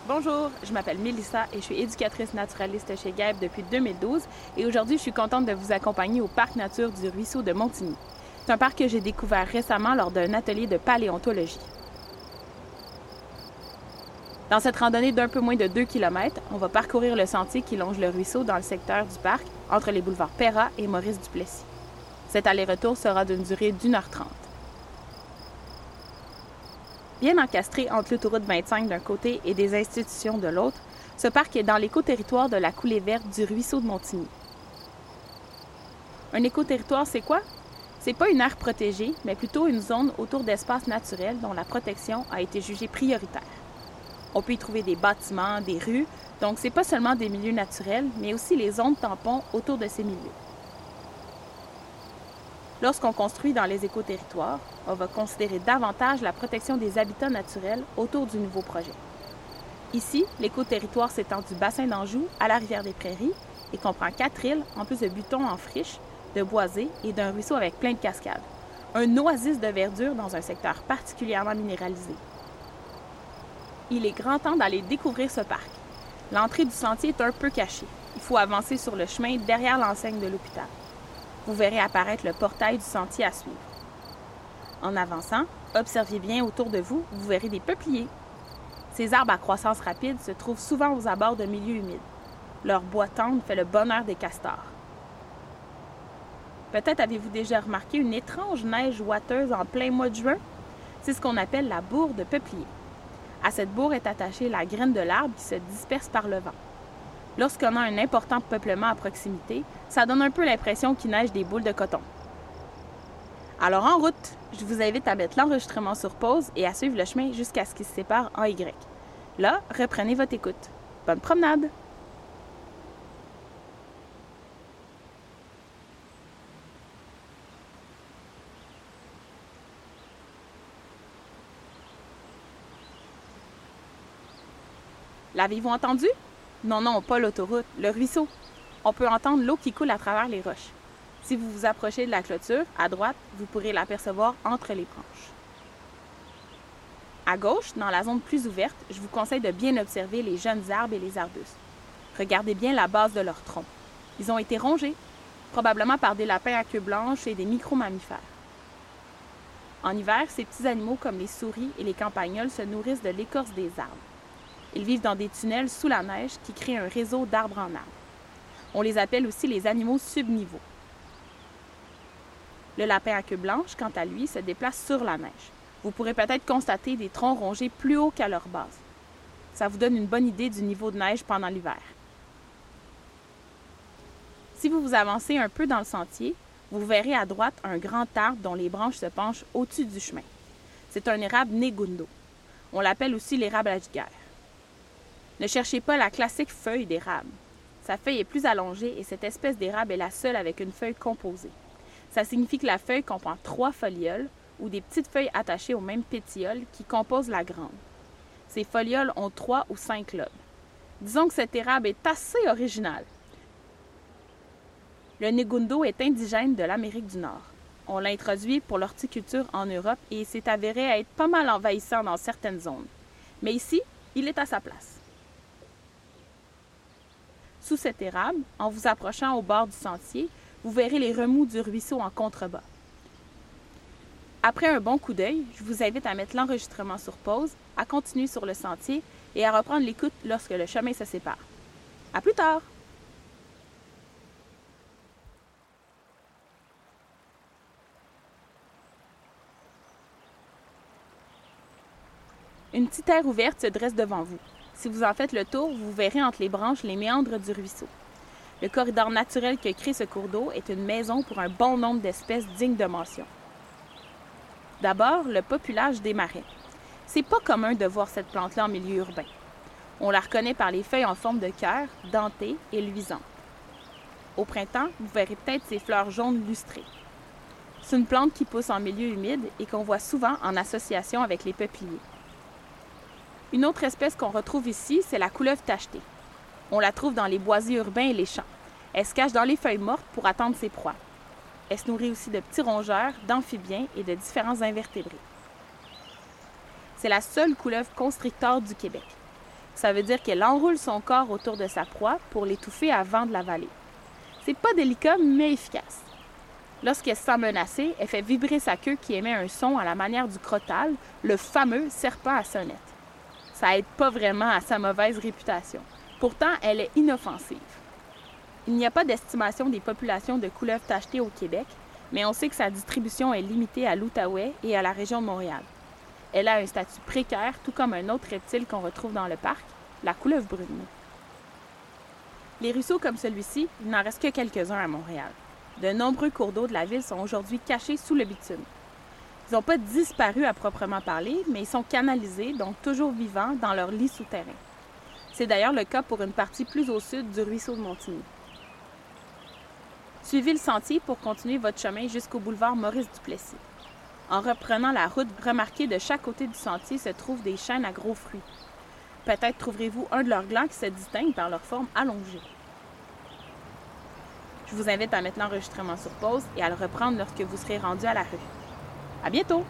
Bonjour, je m'appelle Mélissa et je suis éducatrice naturaliste chez GAEB depuis 2012 et aujourd'hui je suis contente de vous accompagner au Parc nature du Ruisseau de Montigny. C'est un parc que j'ai découvert récemment lors d'un atelier de paléontologie. Dans cette randonnée d'un peu moins de 2 km, on va parcourir le sentier qui longe le ruisseau dans le secteur du parc entre les boulevards Perra et Maurice-Duplessis. Cet aller-retour sera d'une durée d'1h30. Bien encastré entre l'autoroute 25 d'un côté et des institutions de l'autre, ce parc est dans l'écoterritoire de la coulée verte du ruisseau de Montigny. Un écoterritoire, c'est quoi? C'est pas une aire protégée, mais plutôt une zone autour d'espaces naturels dont la protection a été jugée prioritaire. On peut y trouver des bâtiments, des rues, donc c'est pas seulement des milieux naturels, mais aussi les zones tampons autour de ces milieux. Lorsqu'on construit dans les écoterritoires, on va considérer davantage la protection des habitats naturels autour du nouveau projet. Ici, l'écoterritoire s'étend du bassin d'Anjou à la rivière des Prairies et comprend 4 îles, en plus de butons en friche, de boisés et d'un ruisseau avec plein de cascades. Un oasis de verdure dans un secteur particulièrement minéralisé. Il est grand temps d'aller découvrir ce parc. L'entrée du sentier est un peu cachée. Il faut avancer sur le chemin derrière l'enseigne de l'hôpital. Vous verrez apparaître le portail du sentier à suivre. En avançant, observez bien autour de vous, vous verrez des peupliers. Ces arbres à croissance rapide se trouvent souvent aux abords de milieux humides. Leur bois tendre fait le bonheur des castors. Peut-être avez-vous déjà remarqué une étrange neige ouateuse en plein mois de juin? C'est ce qu'on appelle la bourre de peuplier. À cette bourre est attachée la graine de l'arbre qui se disperse par le vent. Lorsqu'on a un important peuplement à proximité, ça donne un peu l'impression qu'il neige des boules de coton. Alors en route, je vous invite à mettre l'enregistrement sur pause et à suivre le chemin jusqu'à ce qu'il se sépare en Y. Là, reprenez votre écoute. Bonne promenade! L'avez-vous entendu? Non, pas l'autoroute, le ruisseau. On peut entendre l'eau qui coule à travers les roches. Si vous vous approchez de la clôture, à droite, vous pourrez l'apercevoir entre les branches. À gauche, dans la zone plus ouverte, je vous conseille de bien observer les jeunes arbres et les arbustes. Regardez bien la base de leur tronc. Ils ont été rongés, probablement par des lapins à queue blanche et des micro-mammifères. En hiver, ces petits animaux comme les souris et les campagnols se nourrissent de l'écorce des arbres. Ils vivent dans des tunnels sous la neige qui créent un réseau d'arbres en arbre. On les appelle aussi les animaux subnivaux. Le lapin à queue blanche, quant à lui, se déplace sur la neige. Vous pourrez peut-être constater des troncs rongés plus haut qu'à leur base. Ça vous donne une bonne idée du niveau de neige pendant l'hiver. Si vous vous avancez un peu dans le sentier, vous verrez à droite un grand arbre dont les branches se penchent au-dessus du chemin. C'est un érable Negundo. On l'appelle aussi l'érable à giguère. Ne cherchez pas la classique feuille d'érable. Sa feuille est plus allongée et cette espèce d'érable est la seule avec une feuille composée. Ça signifie que la feuille comprend 3 folioles ou des petites feuilles attachées au même pétiole qui composent la grande. Ces folioles ont 3 ou 5 lobes. Disons que cet érable est assez original. Le Negundo est indigène de l'Amérique du Nord. On l'a introduit pour l'horticulture en Europe et il s'est avéré être pas mal envahissant dans certaines zones. Mais ici, il est à sa place. Sous cet érable, en vous approchant au bord du sentier, vous verrez les remous du ruisseau en contrebas. Après un bon coup d'œil, je vous invite à mettre l'enregistrement sur pause, à continuer sur le sentier et à reprendre l'écoute lorsque le chemin se sépare. À plus tard! Une petite aire ouverte se dresse devant vous. Si vous en faites le tour, vous verrez entre les branches les méandres du ruisseau. Le corridor naturel que crée ce cours d'eau est une maison pour un bon nombre d'espèces dignes de mention. D'abord, le populage des marais. C'est pas commun de voir cette plante-là en milieu urbain. On la reconnaît par les feuilles en forme de cœur, dentées et luisantes. Au printemps, vous verrez peut-être ses fleurs jaunes lustrées. C'est une plante qui pousse en milieu humide et qu'on voit souvent en association avec les peupliers. Une autre espèce qu'on retrouve ici, c'est la couleuvre tachetée. On la trouve dans les boisiers urbains et les champs. Elle se cache dans les feuilles mortes pour attendre ses proies. Elle se nourrit aussi de petits rongeurs, d'amphibiens et de différents invertébrés. C'est la seule couleuvre constrictor du Québec. Ça veut dire qu'elle enroule son corps autour de sa proie pour l'étouffer avant de l'avaler. C'est pas délicat, mais efficace. Lorsqu'elle se sent menacée, elle fait vibrer sa queue qui émet un son à la manière du crotale, le fameux serpent à sonnette. Ça aide pas vraiment à sa mauvaise réputation. Pourtant, elle est inoffensive. Il n'y a pas d'estimation des populations de couleuvres tachetées au Québec, mais on sait que sa distribution est limitée à l'Outaouais et à la région de Montréal. Elle a un statut précaire, tout comme un autre reptile qu'on retrouve dans le parc, la couleuvre brune. Les ruisseaux comme celui-ci, il n'en reste que quelques-uns à Montréal. De nombreux cours d'eau de la ville sont aujourd'hui cachés sous le bitume. Ils n'ont pas disparu à proprement parler, mais ils sont canalisés, donc toujours vivants, dans leur lit souterrain. C'est d'ailleurs le cas pour une partie plus au sud du ruisseau de Montigny. Suivez le sentier pour continuer votre chemin jusqu'au boulevard Maurice-Duplessis. En reprenant la route, remarquez de chaque côté du sentier se trouvent des chênes à gros fruits. Peut-être trouverez-vous un de leurs glands qui se distingue par leur forme allongée. Je vous invite à mettre l'enregistrement sur pause et à le reprendre lorsque vous serez rendu à la rue. À bientôt!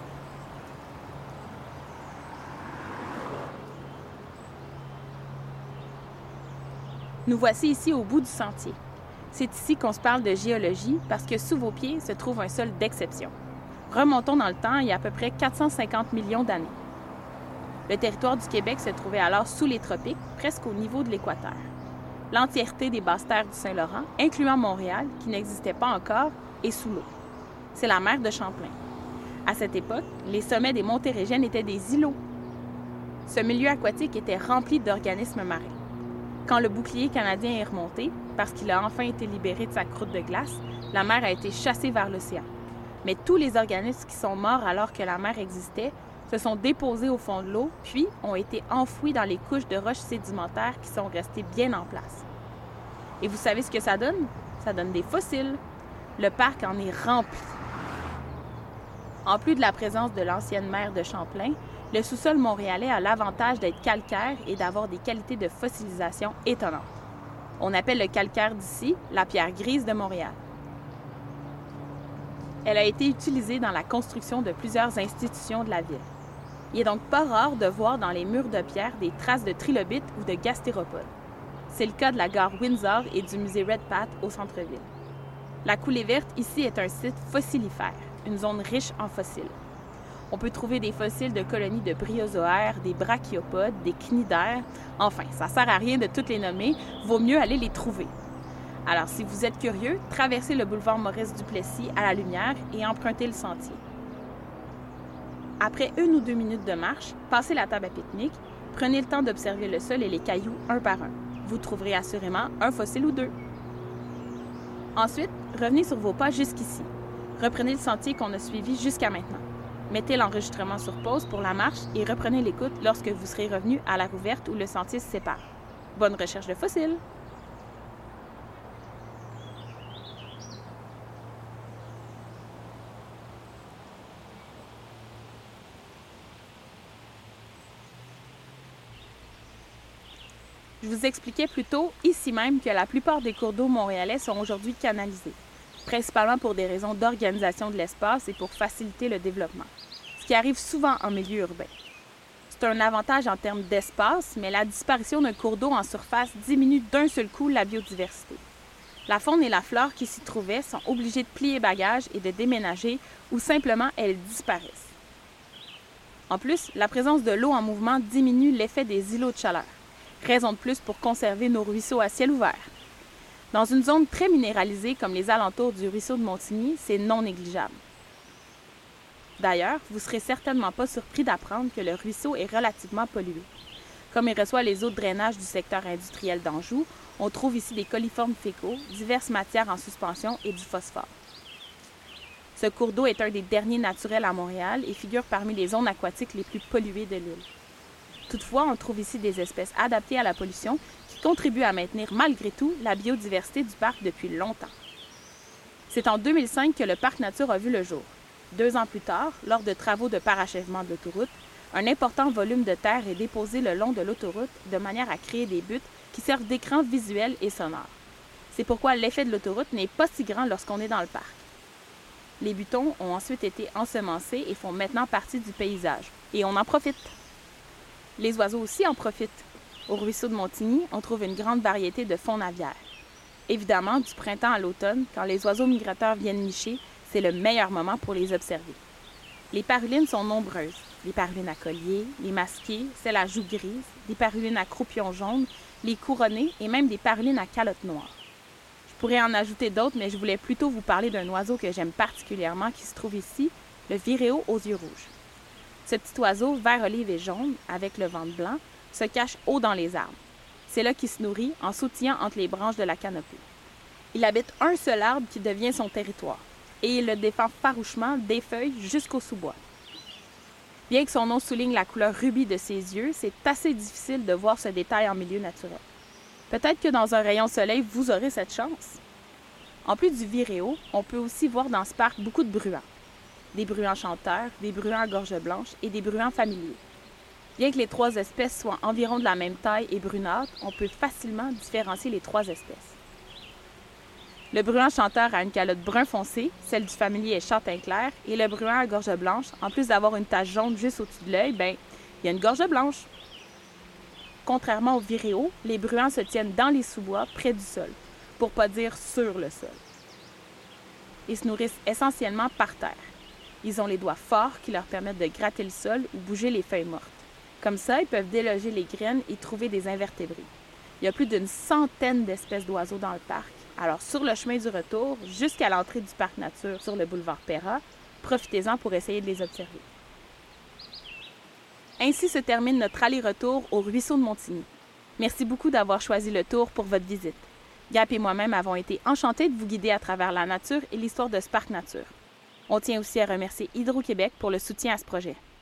Nous voici ici au bout du sentier. C'est ici qu'on se parle de géologie parce que sous vos pieds se trouve un sol d'exception. Remontons dans le temps, il y a à peu près 450 millions d'années. Le territoire du Québec se trouvait alors sous les tropiques, presque au niveau de l'équateur. L'entièreté des basses terres du Saint-Laurent, incluant Montréal, qui n'existait pas encore, est sous l'eau. C'est la mer de Champlain. À cette époque, les sommets des Montérégiennes étaient des îlots. Ce milieu aquatique était rempli d'organismes marins. Quand le bouclier canadien est remonté, parce qu'il a enfin été libéré de sa croûte de glace, la mer a été chassée vers l'océan. Mais tous les organismes qui sont morts alors que la mer existait se sont déposés au fond de l'eau, puis ont été enfouis dans les couches de roches sédimentaires qui sont restées bien en place. Et vous savez ce que ça donne? Ça donne des fossiles. Le parc en est rempli. En plus de la présence de l'ancienne mer de Champlain, le sous-sol montréalais a l'avantage d'être calcaire et d'avoir des qualités de fossilisation étonnantes. On appelle le calcaire d'ici la pierre grise de Montréal. Elle a été utilisée dans la construction de plusieurs institutions de la ville. Il n'est donc pas rare de voir dans les murs de pierre des traces de trilobites ou de gastéropodes. C'est le cas de la gare Windsor et du musée Redpath au centre-ville. La coulée verte ici est un site fossilifère, une zone riche en fossiles. On peut trouver des fossiles de colonies de bryozoaires, des brachiopodes, des cnidaires. Enfin, ça sert à rien de toutes les nommer, vaut mieux aller les trouver. Alors, si vous êtes curieux, traversez le boulevard Maurice-Duplessis à la lumière et empruntez le sentier. Après 1 ou 2 minutes de marche, passez la table à pique-nique, prenez le temps d'observer le sol et les cailloux un par un. Vous trouverez assurément un fossile ou deux. Ensuite, revenez sur vos pas jusqu'ici. Reprenez le sentier qu'on a suivi jusqu'à maintenant. Mettez l'enregistrement sur pause pour la marche et reprenez l'écoute lorsque vous serez revenu à la rouverte où le sentier se sépare. Bonne recherche de fossiles! Je vous expliquais plus tôt, ici même, que la plupart des cours d'eau montréalais sont aujourd'hui canalisés, principalement pour des raisons d'organisation de l'espace et pour faciliter le développement, ce qui arrive souvent en milieu urbain. C'est un avantage en termes d'espace, mais la disparition d'un cours d'eau en surface diminue d'un seul coup la biodiversité. La faune et la flore qui s'y trouvaient sont obligées de plier bagages et de déménager ou simplement elles disparaissent. En plus, la présence de l'eau en mouvement diminue l'effet des îlots de chaleur. Raison de plus pour conserver nos ruisseaux à ciel ouvert. Dans une zone très minéralisée comme les alentours du ruisseau de Montigny, c'est non négligeable. D'ailleurs, vous ne serez certainement pas surpris d'apprendre que le ruisseau est relativement pollué. Comme il reçoit les eaux de drainage du secteur industriel d'Anjou, on trouve ici des coliformes fécaux, diverses matières en suspension et du phosphore. Ce cours d'eau est un des derniers naturels à Montréal et figure parmi les zones aquatiques les plus polluées de l'île. Toutefois, on trouve ici des espèces adaptées à la pollution qui contribuent à maintenir malgré tout la biodiversité du parc depuis longtemps. C'est en 2005 que le parc nature a vu le jour. 2 ans plus tard, lors de travaux de parachèvement de l'autoroute, un important volume de terre est déposé le long de l'autoroute de manière à créer des buttes qui servent d'écran visuel et sonore. C'est pourquoi l'effet de l'autoroute n'est pas si grand lorsqu'on est dans le parc. Les butons ont ensuite été ensemencés et font maintenant partie du paysage. Et on en profite. Les oiseaux aussi en profitent. Au ruisseau de Montigny, on trouve une grande variété de faune aviaire. Évidemment, du printemps à l'automne, quand les oiseaux migrateurs viennent nicher, c'est le meilleur moment pour les observer. Les parulines sont nombreuses. Les parulines à collier, les masquées, celles à joues grises, des parulines à croupions jaunes, les couronnées et même des parulines à calotte noire. Je pourrais en ajouter d'autres, mais je voulais plutôt vous parler d'un oiseau que j'aime particulièrement qui se trouve ici, le viréo aux yeux rouges. Ce petit oiseau, vert olive et jaune, avec le ventre blanc, se cache haut dans les arbres. C'est là qu'il se nourrit en sautillant entre les branches de la canopée. Il habite un seul arbre qui devient son territoire, et il le défend farouchement des feuilles jusqu'au sous-bois. Bien que son nom souligne la couleur rubis de ses yeux, c'est assez difficile de voir ce détail en milieu naturel. Peut-être que dans un rayon soleil, vous aurez cette chance. En plus du viréo, on peut aussi voir dans ce parc beaucoup de bruants. Des bruants chanteurs, des bruants à gorge blanche et des bruants familiers. Bien que les trois espèces soient environ de la même taille et brunâtres, on peut facilement différencier les trois espèces. Le bruant chanteur a une calotte brun foncé, celle du familier est châtain clair, et le bruant à gorge blanche, en plus d'avoir une tache jaune juste au-dessus de l'œil, il y a une gorge blanche. Contrairement aux viréos, les bruants se tiennent dans les sous-bois, près du sol, pour pas dire sur le sol. Ils se nourrissent essentiellement par terre. Ils ont les doigts forts qui leur permettent de gratter le sol ou bouger les feuilles mortes. Comme ça, ils peuvent déloger les graines et trouver des invertébrés. Il y a plus d'une centaine d'espèces d'oiseaux dans le parc. Alors, sur le chemin du retour, jusqu'à l'entrée du parc nature sur le boulevard Perra, profitez-en pour essayer de les observer. Ainsi se termine notre aller-retour au ruisseau de Montigny. Merci beaucoup d'avoir choisi le tour pour votre visite. Gap et moi-même avons été enchantés de vous guider à travers la nature et l'histoire de ce parc nature. On tient aussi à remercier Hydro-Québec pour le soutien à ce projet.